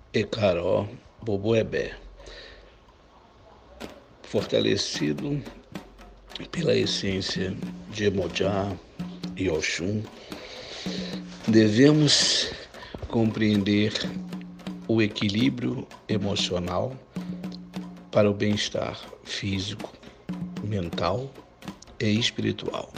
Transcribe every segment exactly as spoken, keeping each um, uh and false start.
Ecaró Boboebé, fortalecido pela essência de Emojá e Oxum, devemos compreender o equilíbrio emocional para o bem-estar físico, mental e espiritual.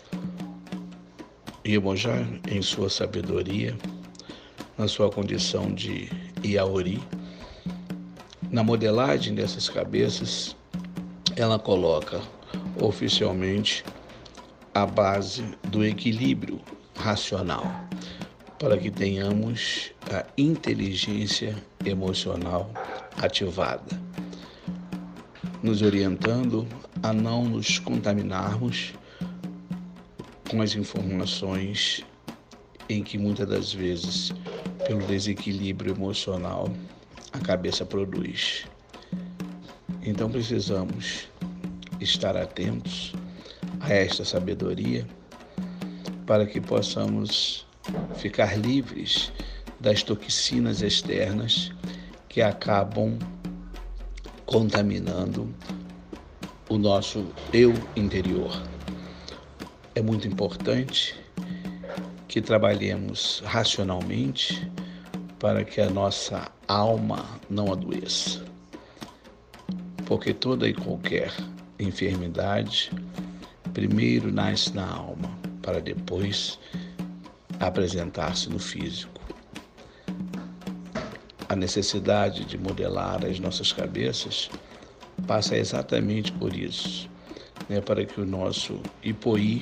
Iemonjá, em sua sabedoria, na sua condição de Iaori, na modelagem dessas cabeças, ela coloca oficialmente a base do equilíbrio racional, para que tenhamos a inteligência emocional ativada, nos orientando a não nos contaminarmos com as informações em que muitas das vezes, pelo desequilíbrio emocional, a cabeça produz. Então precisamos estar atentos a esta sabedoria para que possamos ficar livres das toxinas externas que acabam contaminando o nosso eu interior. É muito importante que trabalhemos racionalmente para que a nossa alma não adoeça, porque toda e qualquer enfermidade primeiro nasce na alma, para depois apresentar-se no físico. A necessidade de modelar as nossas cabeças passa exatamente por isso, né? Para que o nosso Ipoí,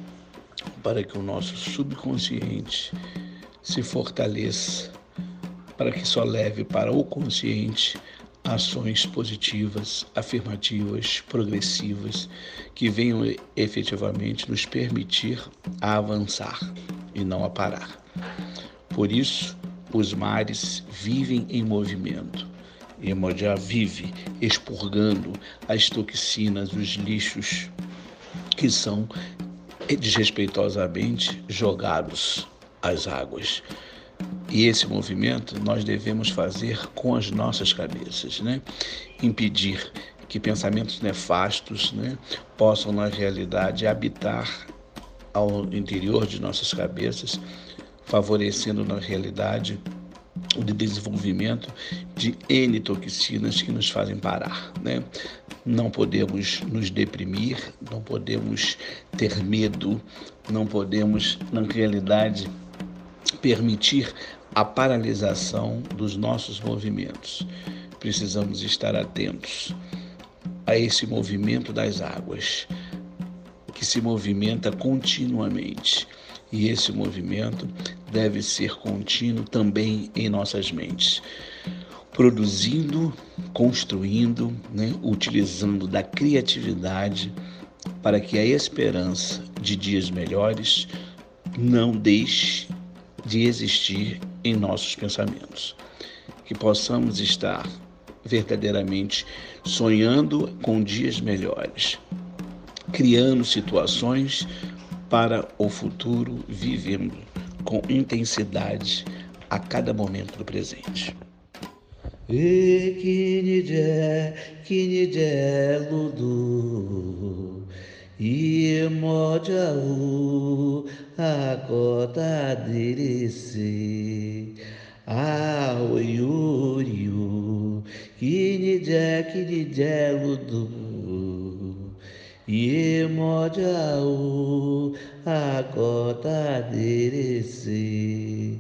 para que o nosso subconsciente se fortaleça, para que só leve para o consciente ações positivas, afirmativas, progressivas, que venham efetivamente nos permitir a avançar e não a parar. Por isso, os mares vivem em movimento. Iemonjá vive expurgando as toxinas, os lixos que são desrespeitosamente jogados às águas. E esse movimento nós devemos fazer com as nossas cabeças, né? Impedir que pensamentos nefastos, né, possam, na realidade, habitar ao interior de nossas cabeças, favorecendo, na realidade, o desenvolvimento de N toxinas que nos fazem parar, né? Não podemos nos deprimir, não podemos ter medo, não podemos, na realidade, permitir a paralisação dos nossos movimentos. Precisamos estar atentos a esse movimento das águas, que se movimenta continuamente. E esse movimento deve ser contínuo também em nossas mentes, produzindo, construindo, né, utilizando da criatividade para que a esperança de dias melhores não deixe de existir em nossos pensamentos. Que possamos estar verdadeiramente sonhando com dias melhores, criando situações para o futuro, vivendo com intensidade a cada momento do presente. E kinije, kinije ludu, Iemonjá o akota dirisi, aoyuriu, kinije, kinije ludu, Iemonjá o akota dirisi,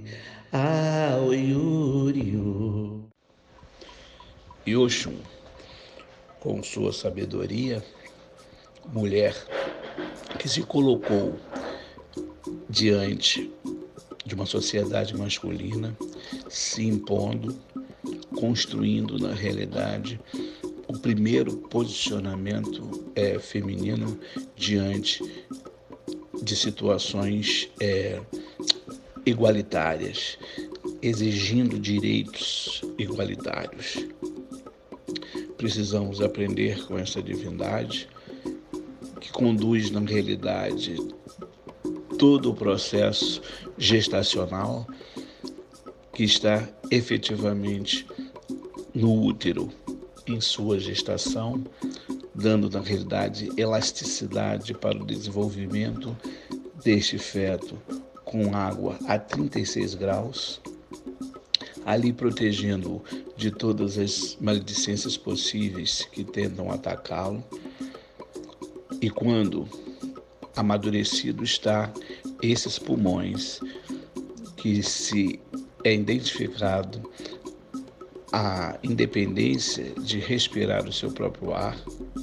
aoyuriu. E Oxum, com sua sabedoria, mulher que se colocou diante de uma sociedade masculina, se impondo, construindo na realidade o primeiro posicionamento é, feminino diante de situações é, igualitárias, exigindo direitos igualitários. Precisamos aprender com essa divindade que conduz, na realidade, todo o processo gestacional que está efetivamente no útero, em sua gestação, dando, na realidade, elasticidade para o desenvolvimento deste feto com água a trinta e seis graus, ali protegendo-o de todas as maledicências possíveis que tentam atacá-lo. E quando amadurecido está esses pulmões, que se é identificado a independência de respirar o seu próprio ar,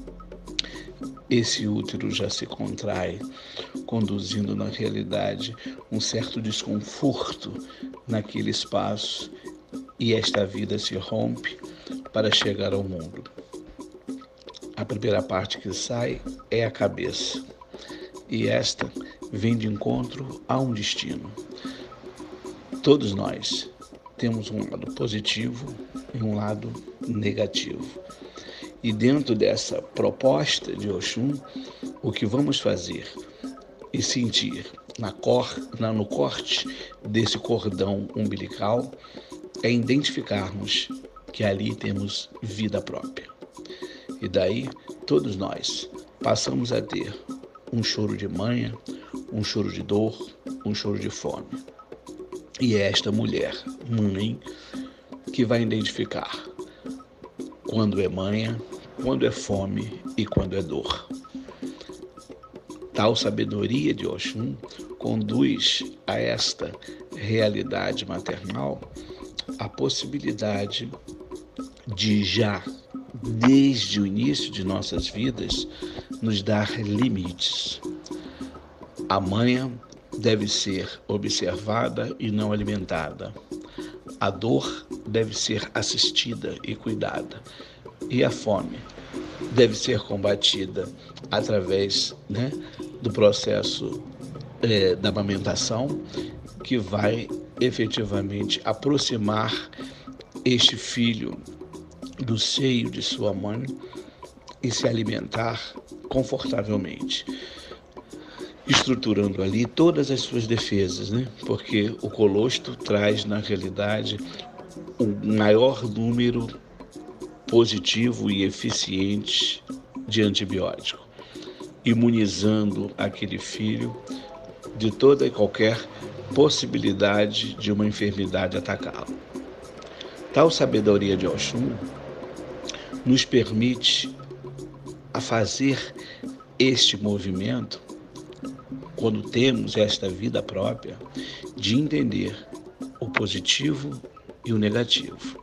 esse útero já se contrai, conduzindo na realidade um certo desconforto naquele espaço, e esta vida se rompe para chegar ao mundo. A primeira parte que sai é a cabeça, e esta vem de encontro a um destino. Todos nós temos um lado positivo e um lado negativo. E dentro dessa proposta de Oxum, o que vamos fazer e sentir na cor, na, no corte desse cordão umbilical é identificarmos que ali temos vida própria. E daí, todos nós passamos a ter um choro de manha, um choro de dor, um choro de fome. E é esta mulher, mãe, que vai identificar quando é manha, quando é fome e quando é dor. Tal sabedoria de Oxum conduz a esta realidade maternal a possibilidade de já, desde o início de nossas vidas, nos dar limites. A manha deve ser observada e não alimentada. A dor deve ser assistida e cuidada. E a fome deve ser combatida através, né, do processo é, da amamentação, que vai efetivamente aproximar este filho do seio de sua mãe e se alimentar confortavelmente, estruturando ali todas as suas defesas, né? Porque o colostro traz, na realidade, o maior número positivo e eficiente de antibiótico, imunizando aquele filho de toda e qualquer possibilidade de uma enfermidade atacá-lo. Tal sabedoria de Oxum nos permite a fazer este movimento, quando temos esta vida própria, de entender o positivo e o negativo.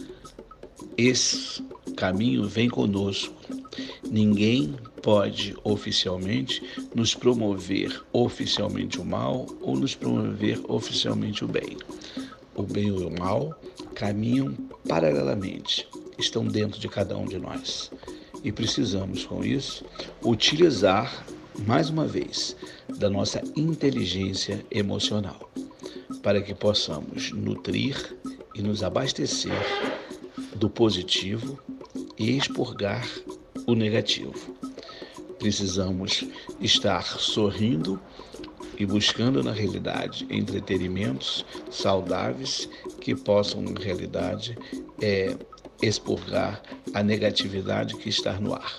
Esse caminho vem conosco. Ninguém pode oficialmente nos promover oficialmente o mal ou nos promover oficialmente o bem. O bem e o mal caminham paralelamente, estão dentro de cada um de nós. E precisamos, com isso, utilizar, mais uma vez, da nossa inteligência emocional, para que possamos nutrir e nos abastecer do positivo e expurgar o negativo. Precisamos estar sorrindo e buscando, na realidade, entretenimentos saudáveis que possam, na realidade, é, expurgar a negatividade que está no ar.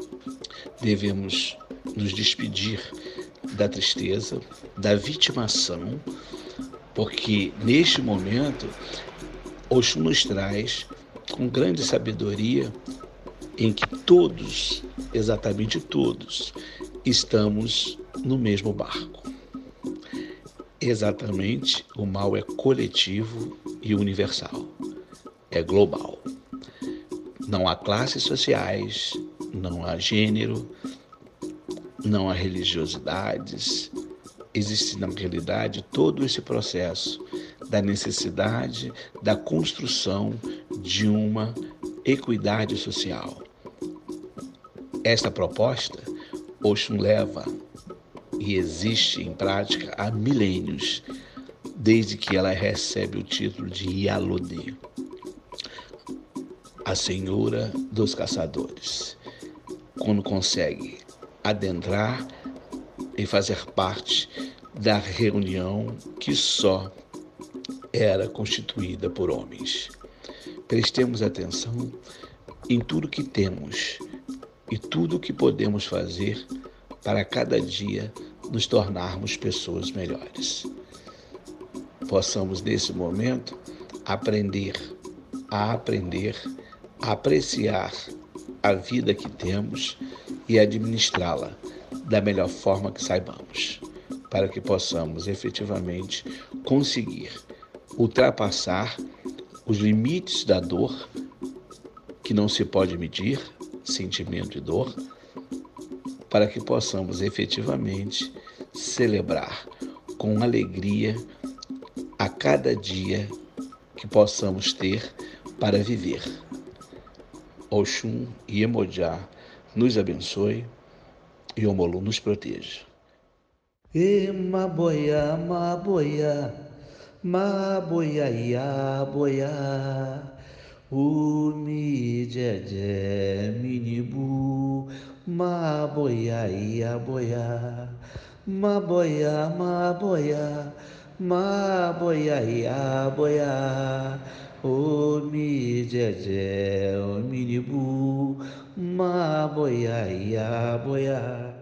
Devemos nos despedir da tristeza, da vitimação, porque neste momento Oxum nos traz com grande sabedoria em que todos, exatamente todos, estamos no mesmo barco. Exatamente, o mal é coletivo e universal, é global. Não há classes sociais, não há gênero, não há religiosidades. Existe, na realidade, todo esse processo da necessidade da construção de uma equidade social. Esta proposta, Oxum leva e existe em prática há milênios, desde que ela recebe o título de Ialodê, a Senhora dos Caçadores, quando consegue adentrar e fazer parte da reunião que só era constituída por homens. Prestemos atenção em tudo que temos e tudo que podemos fazer para cada dia nos tornarmos pessoas melhores. Possamos, nesse momento, aprender a aprender, a apreciar a vida que temos e administrá-la da melhor forma que saibamos, para que possamos efetivamente conseguir ultrapassar os limites da dor, que não se pode medir, sentimento e dor, para que possamos efetivamente celebrar com alegria a cada dia que possamos ter para viver. Oxum e Iemoja nos abençoe e Omolu nos proteja. E maboia, maboia, maboia, ia boia, umi jeje minibu, maboia, ia boia, maboia, maboia, maboia, ia boia, umi jeje minibu, maboia, ia boia.